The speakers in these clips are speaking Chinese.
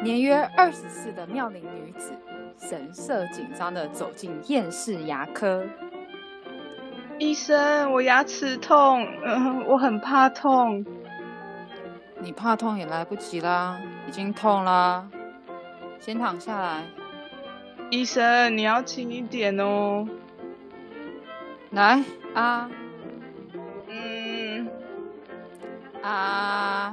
年约24的妙龄女子神色紧张地走进厌世牙科。 医生，我牙齿痛，我很怕痛。 你怕痛也来不及啦，已经痛啦，先躺下来。 医生，你要轻一点哦。 来啊， 啊，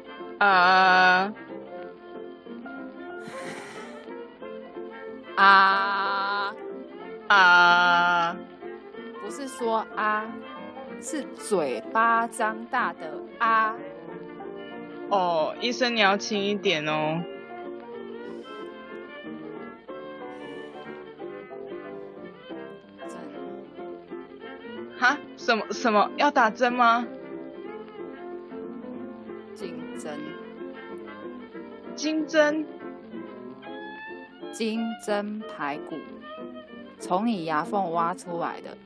不是说啊，是嘴巴张大的啊。 哦，医生你要轻一点哦。哈？什么？要打针吗？ 金针。 金针？ 金针排骨，从你牙缝挖出来的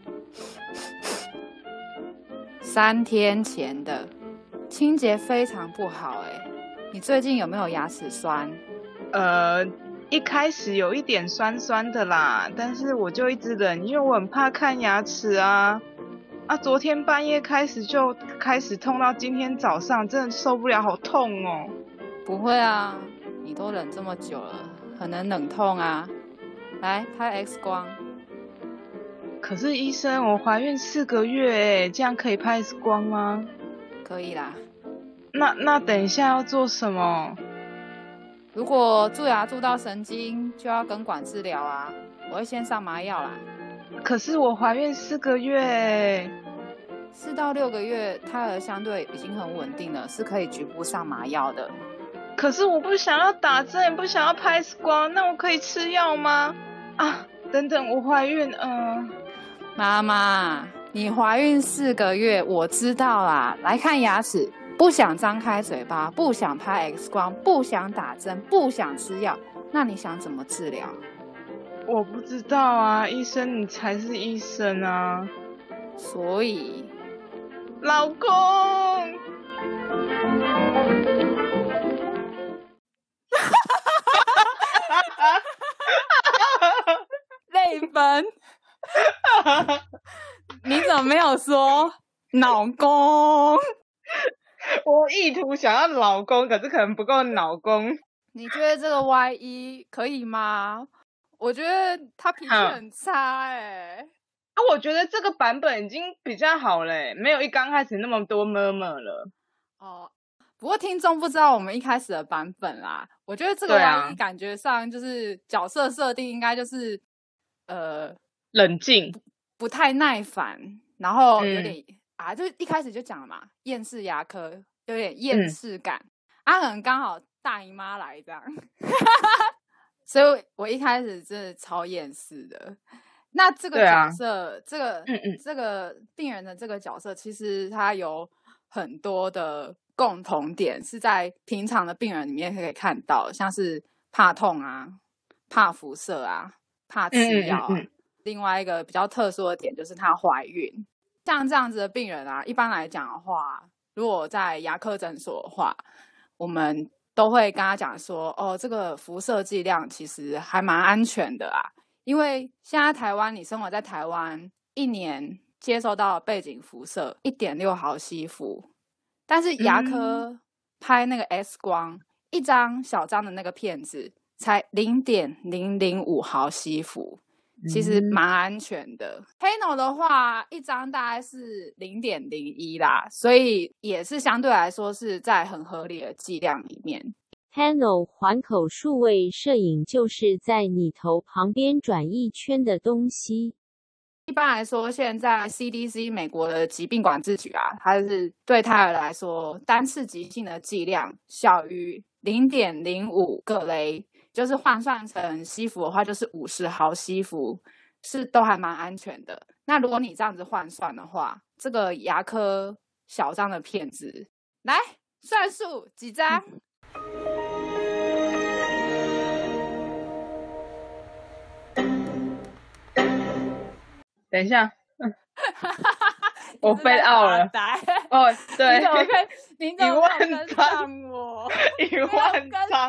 ，3天前的，清洁非常不好你最近有没有牙齿酸？ 一开始有一点酸酸的啦，但是我就一直忍，因为我很怕看牙齿啊。昨天半夜就开始痛到今天早上，真的受不了，好痛哦。 不会啊，你都忍这么久了，很能忍痛啊。来拍 X 光。 可是医生，我怀孕4个月这样可以拍 X 光吗？ 可以啦。 那等一下要做什么？ 如果蛀牙蛀到神经，就要根管治疗啊。我会先上麻药啦。 可是我怀孕4个月 4到6个月，胎儿相对已经很稳定了，是可以局部上麻药的。 可是我不想要打针，也不想要拍 X 光，那我可以吃药吗？等等，我怀孕， 妈妈，你怀孕4个月，我知道啦。来看牙齿，不想张开嘴巴，不想拍 X 光，不想打针，不想吃药，那你想怎么治疗？ 我不知道啊，医生，你才是医生啊。 所以， 老公， 泪奔。你怎么没有说老公？ 我意图想要老公，可是可能不够老公。 你觉得这个 Y1 可以吗？我觉得他脾气很差我觉得这个版本已经比较好了没有一刚开始那么多murmur了。 不过听众不知道我们一开始的版本啦。我觉得这个 Y1 感觉上就是角色设定应该就是冷静， 不太耐烦，然后有点就一开始就讲了嘛，厌世牙科有点厌世感可能刚好大姨妈来这样所以我一开始真的超厌世的。那这个角色，这个病人的这个角色，其实他有很多的共同点，是在平常的病人里面可以看到，像是怕痛啊、怕辐射啊、怕吃药另外一个比较特殊的点就是她怀孕。像这样子的病人一般来讲的话，如果在牙科诊所的话，我们都会跟他讲说，这个辐射剂量其实还蛮安全的因为现在台湾，你生活在台湾，1年接收到的背景辐射 1.6 毫西弗，但是牙科拍那个 X 光，一张小张的那个片子才 0.005 毫西弗，其实蛮安全的。Pano 的话，一张大概是 0.01 啦，所以也是相对来说是在很合理的剂量里面。 Pano 环口数位摄影就是在你头旁边转一圈的东西。 一般来说，现在 CDC 美国的疾病管制局它是对胎儿来说，单次急性的剂量小于 0.05 个雷，就是换算成西弗的话，就是50毫西弗，是都还蛮安全的。那如果你这样子换算的话，这个牙科小张的片子，来算数几张？ 等一下，我飞out了。对， 你怎么可以跟上我？ 1万张，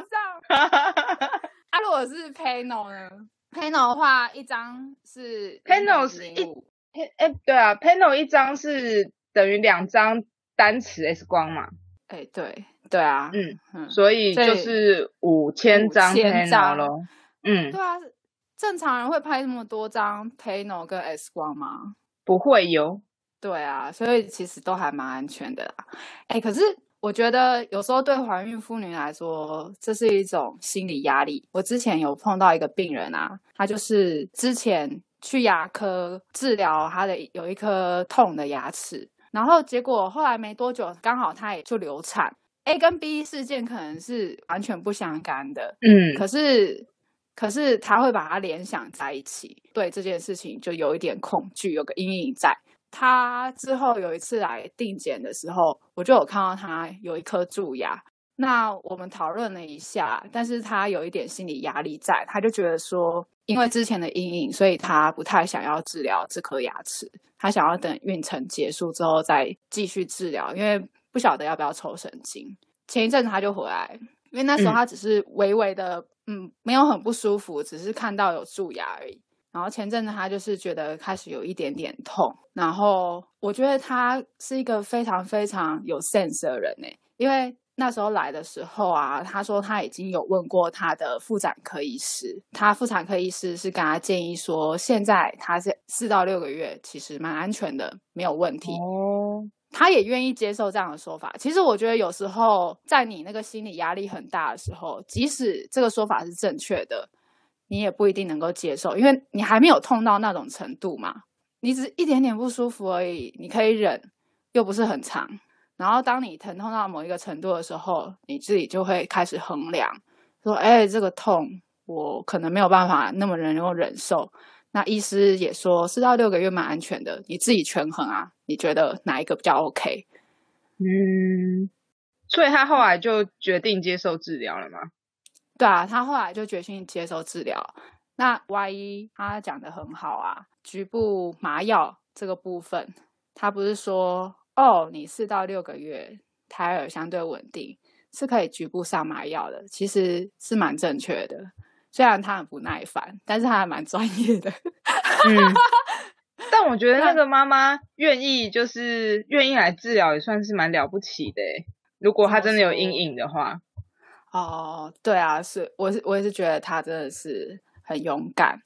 如果是 panel 呢 ？panel 的话，一张是 panel 是对啊 ，panel 一张是等于2张单磁 X 光嘛。 对啊， 所以就是5000张 panel 咯。 对啊，正常人会拍那么多张 panel 跟 X 光吗？ 不会有。 对啊，所以其实都还蛮安全的啦。可是我觉得有时候对怀孕妇女来说，这是一种心理压力。我之前有碰到一个病人啊，他就是之前去牙科治疗他的有一颗痛的牙齿，然后结果后来没多久，刚好他也就流产。A 跟 B 事件可能是完全不相干的，可是他会把它联想在一起，对这件事情就有一点恐惧，有个阴影在。他之后有一次来定检的时候，我就有看到他有一颗蛀牙，那我们讨论了一下，但是他有一点心理压力在，他就觉得说因为之前的阴影，所以他不太想要治疗这颗牙齿，他想要等孕程结束之后再继续治疗，因为不晓得要不要抽神经。前一阵子他就回来，因为那时候他只是微微的没有很不舒服，只是看到有蛀牙而已。然后前阵子他就是觉得开始有一点点痛，然后我觉得他是一个非常非常有 sense 的人耶，因为那时候来的时候啊，他说他已经有问过他的妇产科医师，他妇产科医师是跟他建议说，现在他是4到6个月，其实蛮安全的，没有问题。他也愿意接受这样的说法。其实我觉得有时候在你那个心理压力很大的时候，即使这个说法是正确的，你也不一定能够接受，因为你还没有痛到那种程度嘛，你只是一点点不舒服而已，你可以忍，又不是很长。然后当你疼痛到某一个程度的时候，你自己就会开始衡量说这个痛我可能没有办法那么能够忍受。那医师也说4到6个月蛮安全的，你自己权衡啊，你觉得哪一个比较 OK？ 所以他后来就决定接受治疗了吗？ 对啊，他后来就决心接受治疗。那 Y 他讲得很好啊，局部麻药这个部分，他不是说你4到6个月胎儿相对稳定是可以局部上麻药的，其实是蛮正确的。虽然他很不耐烦，但是他还蛮专业的。 但我觉得那个妈妈愿意来治疗也算是蛮了不起的耶，如果她真的有阴影的话。 对啊，我也是觉得她真的是很勇敢。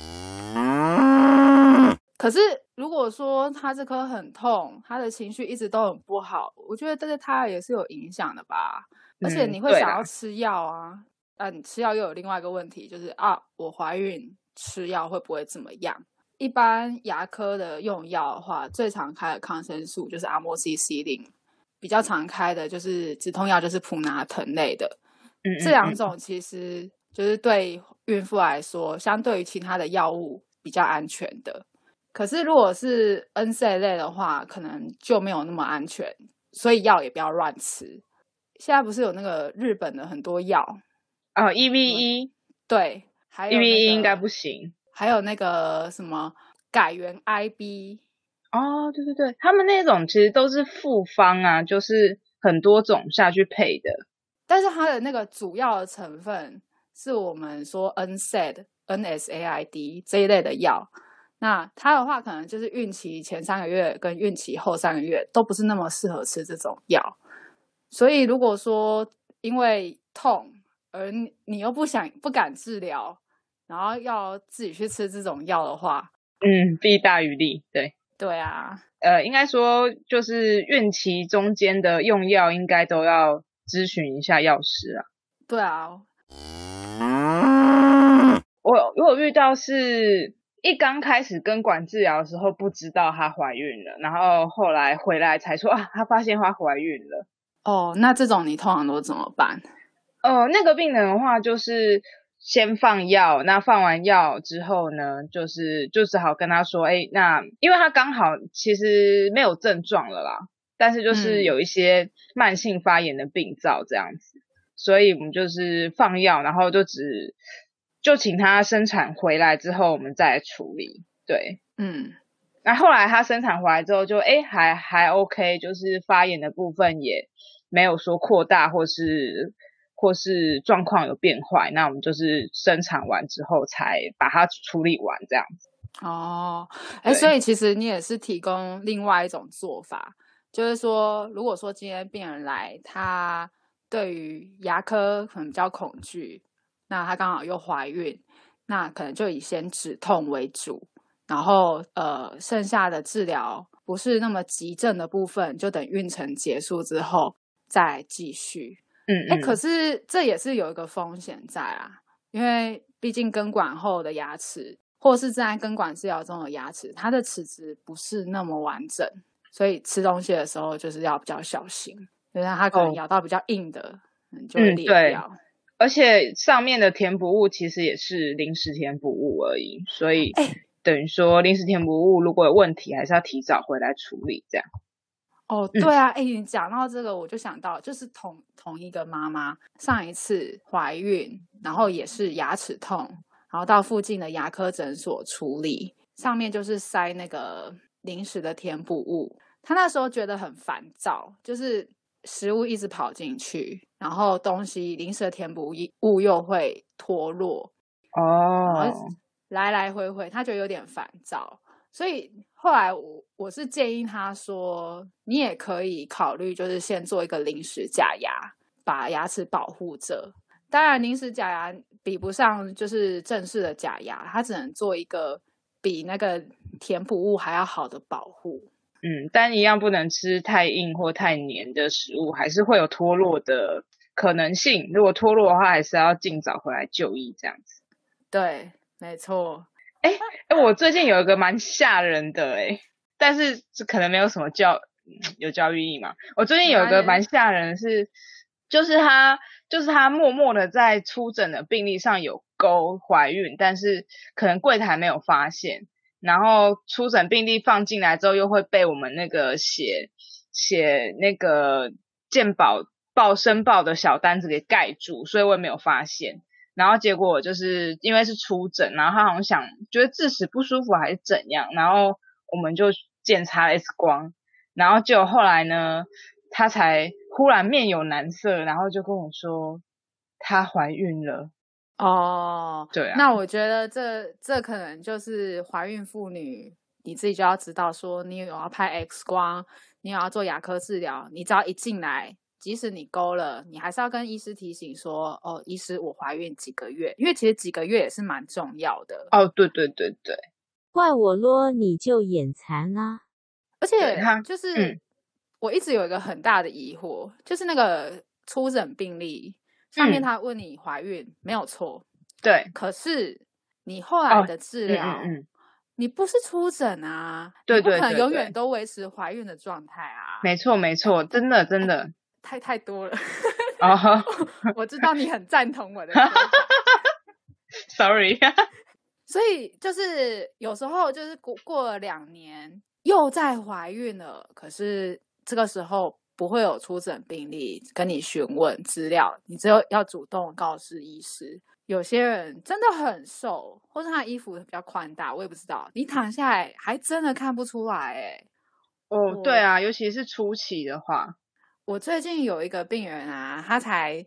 可是如果说她这颗很痛，她的情绪一直都很不好，我觉得对她也是有影响的吧。而且你会想要吃药啊，你吃药又有另外一个问题，就是我怀孕吃药会不会怎么样？一般牙科的用药的话，最常开的抗生素就是阿莫西西林，比较常开的就是止痛药，就是普拿疼类的。这2种其实就是对孕妇来说，相对于其他的药物比较安全的。可是如果是 NSAID 类的话，可能就没有那么安全，所以药也不要乱吃。现在不是有那个日本的很多药 EVE 对，还有 EVE 应该不行， 还有那个什么改元 IB 对对对，他们那种其实都是复方啊，就是很多种下去配的， 但是它的那个主要的成分是我们说 NSAID 这一类的药，那它的话可能就是孕期前3个月跟孕期后3个月都不是那么适合吃这种药。所以如果说因为痛而你又不敢治疗，然后要自己去吃这种药的话， 弊大于利。 对啊， 应该说就是孕期中间的用药应该都要咨询一下药师啊。 对啊， 我有遇到是一刚开始根管治疗的时候不知道她怀孕了，然后后来回来才说她发现她怀孕了。 那这种你通常都怎么办？ 那个病人的话就是先放药，那放完药之后呢，就只好跟他说，那因为他刚好其实没有症状了啦，但是就是有一些慢性发炎的病灶这样子，所以我们就是放药，然后就请他生产回来之后我们再来处理。对，那后来他生产回来之后就还 OK， 就是发炎的部分也没有说扩大或是或是状况有变坏，那我们就是生产完之后才把它处理完这样子。 哦，所以其实你也是提供另外一种做法，就是说如果说今天病人来，他对于牙科可能比较恐惧，那他刚好又怀孕，那可能就以先止痛为主，然后剩下的治疗不是那么急症的部分，就等孕程结束之后再继续。可是这也是有一个风险在啊，因为毕竟根管后的牙齿或是在根管治疗中的牙齿，它的齿质不是那么完整，所以吃东西的时候就是要比较小心，就是它可能咬到比较硬的，就会裂掉。 而且上面的填补物其实也是临时填补物而已，所以等于说临时填补物如果有问题，还是要提早回来处理这样。 对啊，你讲到这个我就想到，就是同一个妈妈上一次怀孕，然后也是牙齿痛，然后到附近的牙科诊所处理，上面就是塞那个临时的填补物，她那时候觉得很烦躁，就是食物一直跑进去，然后东西临时的填补物又会脱落，然后来来回回，她觉得有点烦躁，所以后来我是建议他说，你也可以考虑就是先做一个临时假牙，把牙齿保护着。当然临时假牙比不上就是正式的假牙，它只能做一个比那个填补物还要好的保护。 但一样不能吃太硬或太黏的食物，还是会有脱落的可能性。如果脱落的话，还是要尽早回来就医这样子。 对，没错。 我最近有一个蛮吓人的但是可能没有什么有教育意义嘛。我最近有一个蛮吓人的是，就是他默默的在出诊的病历上有勾怀孕，但是可能柜台没有发现，然后出诊病历放进来之后，又会被我们那个写那个健保申报的小单子给盖住，所以我也没有发现。然后结果就是因为是出诊，然后他好像觉得智齿不舒服还是怎样，然后我们就检查 X 光，然后结果后来呢，他才忽然面有难色，然后就跟我说她怀孕了。对啊， 那我觉得这可能就是怀孕妇女你自己就要知道说，你有要拍 X 光，你有要做牙科治疗，你只要一进来，即使你勾了，你还是要跟医师提醒说，医师我怀孕几个月，因为其实几个月也是蛮重要的。 对， 怪我咯，你就眼馋啦。 而且就是我一直有一个很大的疑惑，就是那个出诊病历上面他问你怀孕没有错， 对， 可是你后来的治疗你不是出诊啊， 对， 你不可能永远都维持怀孕的状态啊。 没错，真的太多了。我知道你很赞同我的说法 sorry 所以就是有时候就是过了2年又再怀孕了，可是这个时候不会有出诊病历跟你询问资料，你只有要主动告知医师。有些人真的很瘦，或是他的衣服比较宽大，我也不知道，你躺下来还真的看不出来对啊，尤其是初期的话。 我最近有一个病人啊，他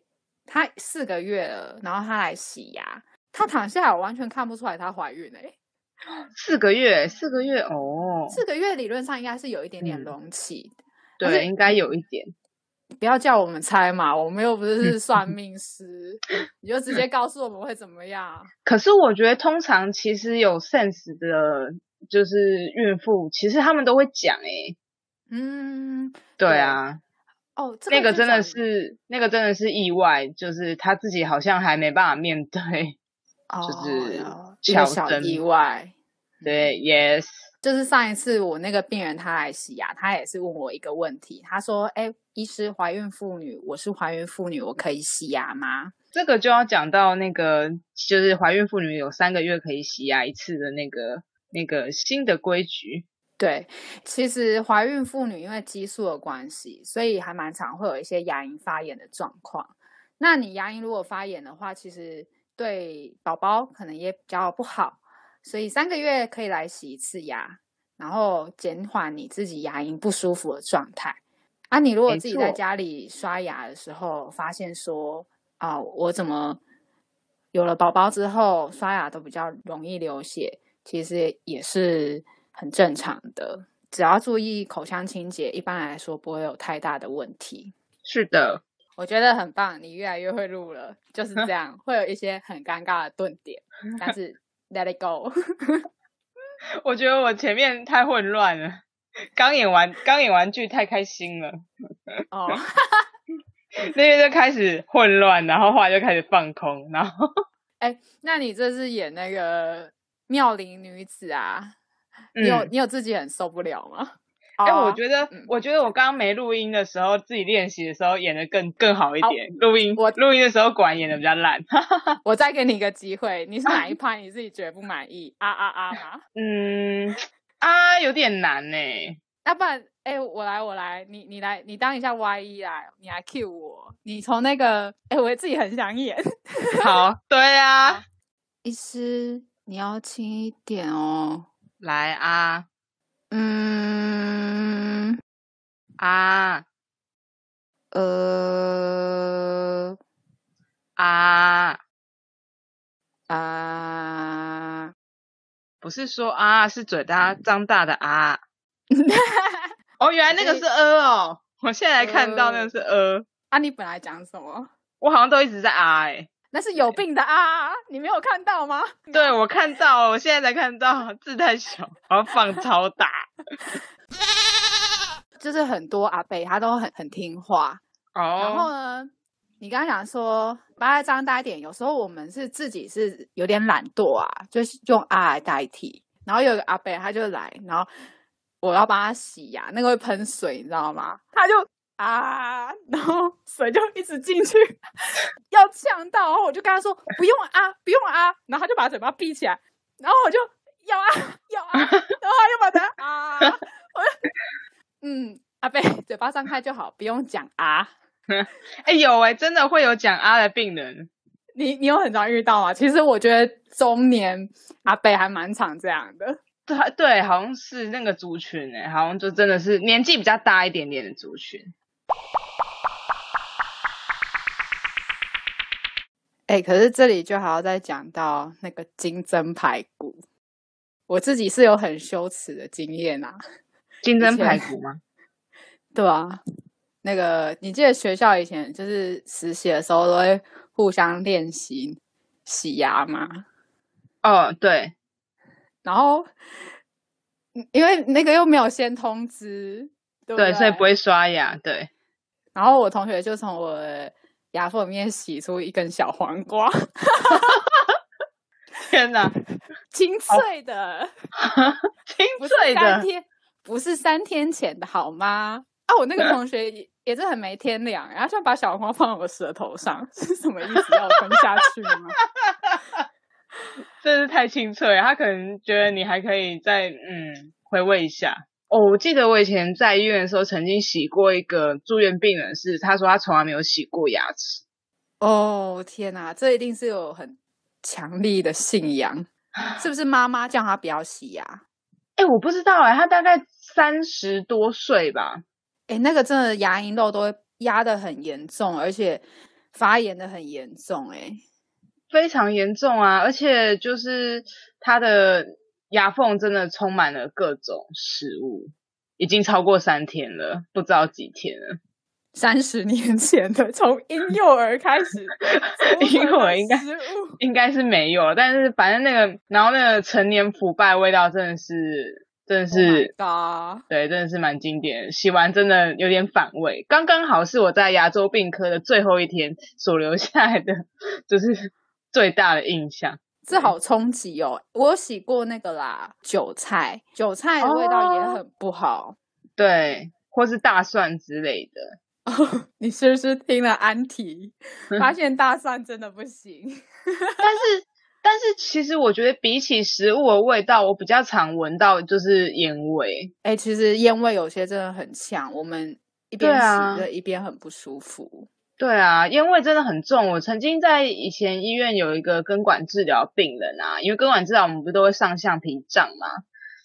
4个月了，然后他来洗牙，他躺下来我完全看不出来他怀孕 4个月 4个月理论上应该是有一点点隆起， 对，应该有一点。 不要叫我们猜嘛，我们又不是算命师你就直接告诉我们会怎么样。 可是我觉得通常其实有 sense 的就是孕妇其实他们都会讲对啊。那个真的是意外，就是他自己好像还没办法面对，就是一小意外。 对 yes。 就是上一次我那个病人他来洗牙，他也是问我一个问题，他说医师，怀孕妇女，我是怀孕妇女，我可以洗牙吗？ 这个就要讲到那个就是怀孕妇女有3个月可以洗牙一次的那个新的规矩。 对，其实怀孕妇女因为激素的关系，所以还蛮常会有一些牙龈发炎的状况。那你牙龈如果发炎的话，其实对宝宝可能也比较不好，所以3个月可以来洗一次牙，然后减缓你自己牙龈不舒服的状态。你如果自己在家里刷牙的时候发现说我怎么有了宝宝之后刷牙都比较容易流血，其实也是很正常的，只要注意口腔清洁，一般来说不会有太大的问题。 是的， 我觉得很棒，你越来越会录了，就是这样，会有一些很尴尬的顿点，但是 let it go 。 我觉得我前面太混乱了，刚演完剧太开心了， 哦， 那边就开始混乱，然后后来就开始放空，然后那你这次演那个妙龄女子啊，你有自己很受不了吗？ 我觉得我刚刚没录音的时候，自己练习的时候演得更好一点。录音的时候果然演得比较烂。 我再给你一个机会，你是哪一趴你自己觉得不满意？吗？ 有点难呢。 要不然，我来，你来，你当一下 Y1来，你来 cue 我，你从那个，我自己很想演。 好，对啊。 医师，你要轻一点哦。 来啊。啊。不是说是嘴巴张大的啊。哦，原来那个是哦，我现在才看到那个是你本来讲什么？ 我好像都一直在那是有病的你没有看到吗？ 对，我看到了，我现在才看到，字太小，我要放超大。 就是很多阿伯他都很听话然后呢，你刚刚讲说把它张大一点，有时候我们是自己是有点懒惰就是用来代替。然后有一个阿伯他就来，然后我要帮他洗牙，那个会喷水，你知道吗？他就然后水就一直进去，要呛到，然后我就跟他说不用然后他就把嘴巴闭起来，然后我就要然后他又把它我就阿伯嘴巴张开就好，不用讲有真的会有讲的病人。 你有很常遇到吗？其实我觉得中年阿伯还蛮常这样的。 对，好像是那个族群好像就真的是年纪比较大一点点的族群。 可是这里就还要再讲到那个金针排骨，我自己是有很羞耻的经验金针排骨吗？ 对啊，那个你记得学校以前就是实习的时候都会互相练习洗牙吗？ 对。 然后因为那个又没有先通知，对不对？ 对，所以不会刷牙。对。 然后我同学就从我的牙缝里面洗出一根小黄瓜。 天哪， 清脆的。 清脆的， 不是3天前的好吗？我那个同学也是很没天良，然后就把小黄瓜放在我舌头上，是什么意思？要我吞下去吗？ 真是太清脆了，他可能觉得你还可以再回味一下。我记得我以前在医院的时候曾经洗过一个住院病人，是他说他从来没有洗过牙齿。 天哪，这一定是有很强力的信仰，是不是妈妈叫他不要洗牙？ 我不知道他大概30多岁吧。 那个真的牙龈肉都会压得很严重，而且发炎的很严重非常严重而且就是他的牙缝真的充满了各种食物，已经超过3天了，不知道几天了。 30年前的，从婴幼儿开始。 婴幼儿应该是没有，但是反正然后那个成年腐败味道真的是对，真的是蛮经典的。洗完真的有点反胃，刚刚好是我在牙周病科的最后一天所留下来的就是最大的印象。 这好冲击我有洗过那个韭菜的味道也很不好。 对，或是大蒜之类的。 你是不是听了安提发现大蒜真的不行？ 但是其实我觉得比起食物的味道，我比较常闻到就是烟味。 其实烟味有些真的很强，我们一边洗着一边很不舒服。 对啊，烟味真的很重。我曾经在以前医院有一个根管治疗病人因为根管治疗我们不都会上橡皮杖吗？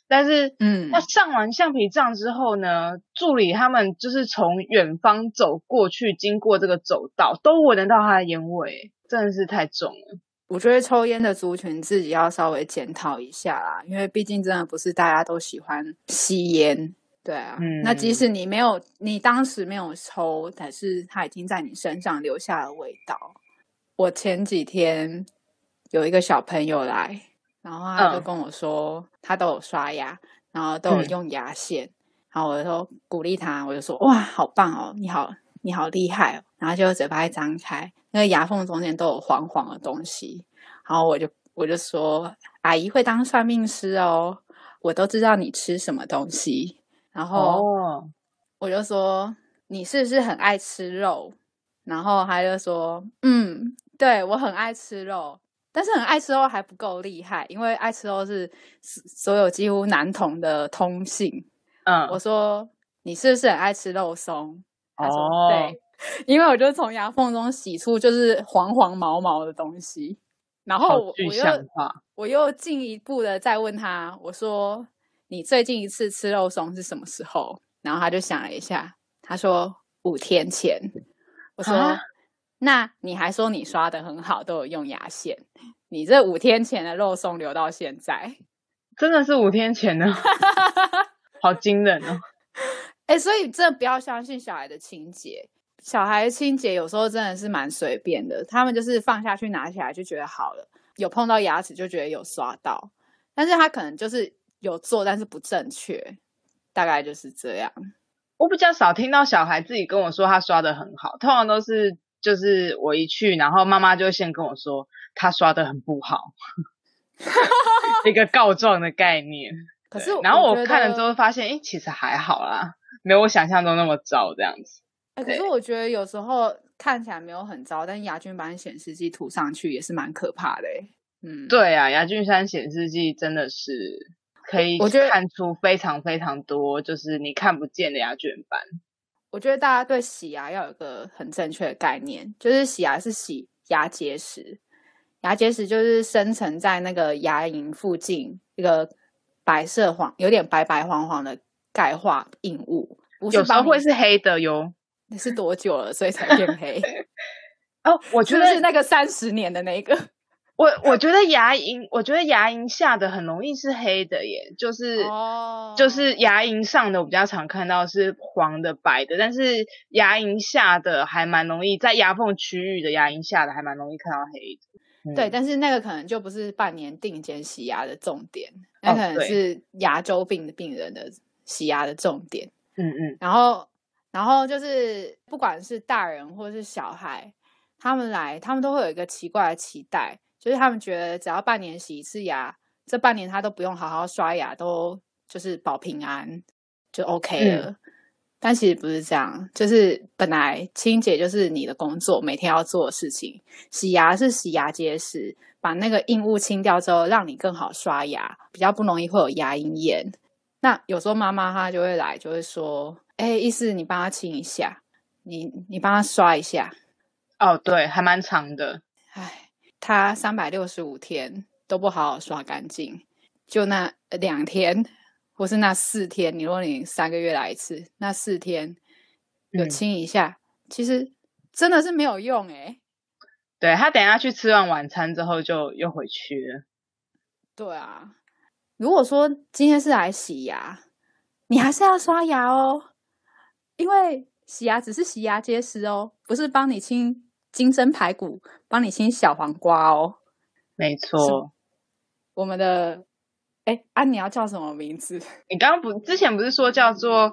但是他上完橡皮杖之后呢，助理他们就是从远方走过去，经过这个走道都闻得到他的烟味，真的是太重了。 我觉得抽烟的族群自己要稍微检讨一下啦，因为毕竟真的不是大家都喜欢吸烟。对啊，那即使你当时没有抽，但是它已经在你身上留下了味道。我前几天有一个小朋友来，然后他就跟我说，他都有刷牙，然后都有用牙线，然后我就鼓励他，我就说哇，好棒哦，你好厉害哦，然后就嘴巴一张开，那个牙缝中间都有黄黄的东西，然后我就说，阿姨会当算命师哦，我都知道你吃什么东西。然后我就说你是不是很爱吃肉？然后他就说对，我很爱吃肉，但是很爱吃肉还不够厉害，因为爱吃肉是所有几乎男童的通性。我说你是不是很爱吃肉松？他说对，因为我就从牙缝中洗出就是黄黄毛毛的东西。然后我又进一步的再问他，我说你最近一次吃肉松是什么时候？然后他就想了一下，他说5天前。我说那你还说你刷得很好，都有用牙线，你这5天前的肉松留到现在， 真的是5天前的好惊人哦。 所以真的不要相信小孩的清洁，小孩的清洁有时候真的是蛮随便的，他们就是放下去拿起来就觉得好了，有碰到牙齿就觉得有刷到，但是他可能就是有做但是不正确，大概就是这样。 我比较少听到小孩自己跟我说他刷得很好，通常都是就是我一去，然后妈妈就先跟我说他刷得很不好一个告状的概念。 可是然后我看了之后发现其实还好啦，没有我想象中那么糟这样子。 可是我觉得有时候看起来没有很糟，但牙菌斑显示剂涂上去也是蛮可怕的。 对啊，牙菌斑显示剂真的是可以看出非常非常多就是你看不见的牙菌斑。 我觉得大家对洗牙要有一个很正确的概念，就是洗牙是洗牙结石，牙结石就是生成在那个牙龈附近一个白色有点白白黄黄的钙化硬物， 有时候会是黑的哟。 你是多久了所以才变黑我觉得是不是那个30年的那个我觉得牙龈下的很容易是黑的耶，就是牙龈上的我比较常看到是黄的白的，但是牙龈下的还蛮容易，在牙缝区域的牙龈下的还蛮容易看到黑的。 对，但是那个可能就不是半年定检洗牙的重点，那可能是牙周病的病人的洗牙的重点。然后就是不管是大人或是小孩，他们都会有一个奇怪的期待，就是他们觉得只要半年洗一次牙，这半年他都不用好好刷牙，都就是保平安就 OK 了。但其实不是这样，就是本来清洁就是你的工作，每天要做的事情。洗牙是洗牙结石，把那个硬物清掉之后，让你更好刷牙，比较不容易会有牙龈炎。那有时候妈妈她就会来，就会说意思你帮她清一下，你帮她刷一下。 对，还蛮长的。 她365天都不好好刷干净，就那2天或是那4天，如果你3个月来一次，那4天有清一下，其实真的是没有用。 对，他等一下去吃完晚餐之后就又回去了。 对啊，如果说今天是来洗牙，你还是要刷牙哦，因为洗牙只是洗牙结石哦，不是帮你清金针排骨，帮你清小黄瓜哦。 没错。 我们的你要叫什么名字？ 你刚刚之前不是说叫做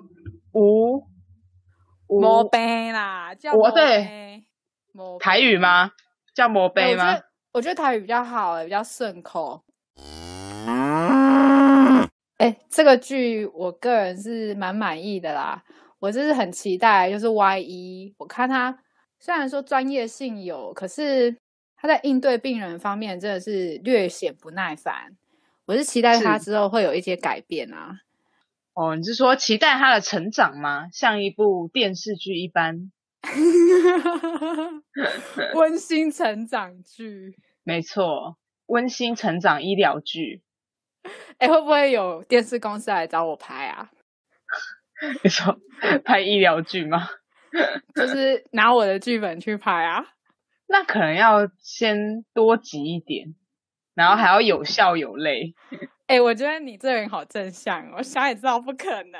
毛杯啦，叫毛杯。 台语吗？叫毛杯吗？ 我觉得台语比较好，比较顺口。这个剧我个人是蛮满意的啦，我就是很期待，就是 Y1，我看他虽然说专业性有，可是他在应对病人方面真的是略显不耐烦。我是期待他之后会有一些改变啊。 你是说期待他的成长吗？像一部电视剧一般温馨成长剧。 没错，温馨成长医疗剧。 哎、会不会有电视公司来找我拍啊？ 你说拍医疗剧吗？ 就是拿我的剧本去拍啊？ 那可能要先多集一点，然后还要有笑有泪。 哎、我觉得你这人好正向哦，我想也知道不可能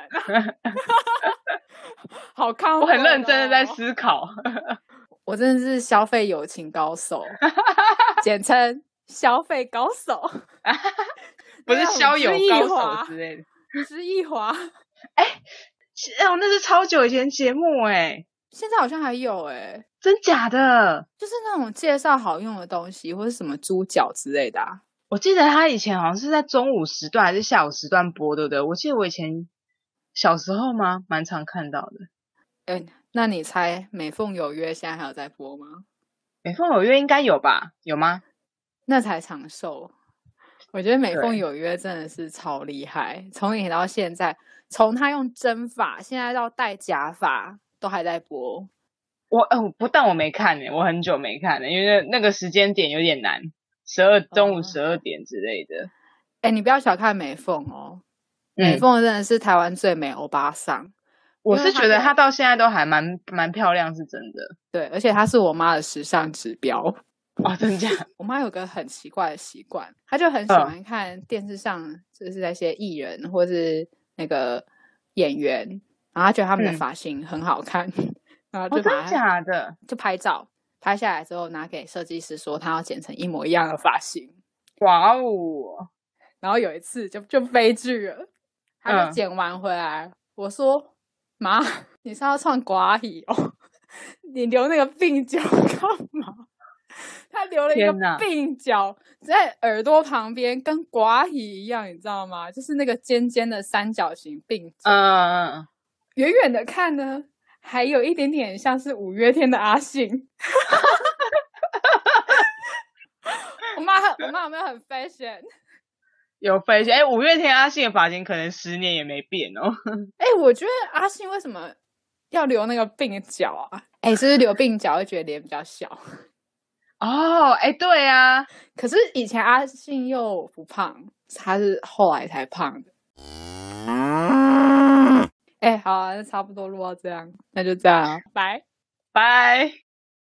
好康， 我很认真的在思考。 我真的是消费友情高手，简称消费高手， 不是消友高手之类的。 知易华， 那是超久以前节目现在好像还有真假的？ 就是那种介绍好用的东西，或是什么猪脚之类的啊。 我记得他以前好像是在中午时段还是下午时段播，对不对？我记得我以前小时候吗，蛮常看到的。 那你猜《美凤有约》现在还有在播吗？ 美凤有约应该有吧？有吗？ 那才长寿。我觉得《美凤有约》真的是超厉害，从以前到现在，从他用真发，现在到戴假发，都还在播。 但我没看我很久没看了，因为那个时间点有点难，中午12点之类的。 你不要小看美凤哦，美凤真的是台湾最美欧巴桑。 我是觉得她到现在都还蛮漂亮，是真的。 对，而且她是我妈的时尚指标。 真假？ 我妈有个很奇怪的习惯，她就很喜欢看电视上就是那些艺人或是那个演员，然后她觉得他们的发型很好看，然后就真的假的？ 就拍照拍下来之后拿给设计师说她要剪成一模一样的发型。 哇哦！ 然后有一次就悲剧了，她就剪完回来，我说妈，你是要唱寡语哦？你留那个鬓角干嘛？他留了一个鬓角在耳朵旁边，跟寡语一样，你知道吗？就是那个尖尖的三角形鬓角。远远的看呢，还有一点点像是五月天的阿信。我妈有没有很 fashion？ 有 fashion。五月天阿信的发型可能10年也没变哦。 我觉得阿信为什么要留那个鬓角啊？是不是留鬓角会觉得脸比较小？ 对啊。 可是以前阿信又不胖，他是后来才胖的。好啊，那差不多录到这样，那就这样，拜拜。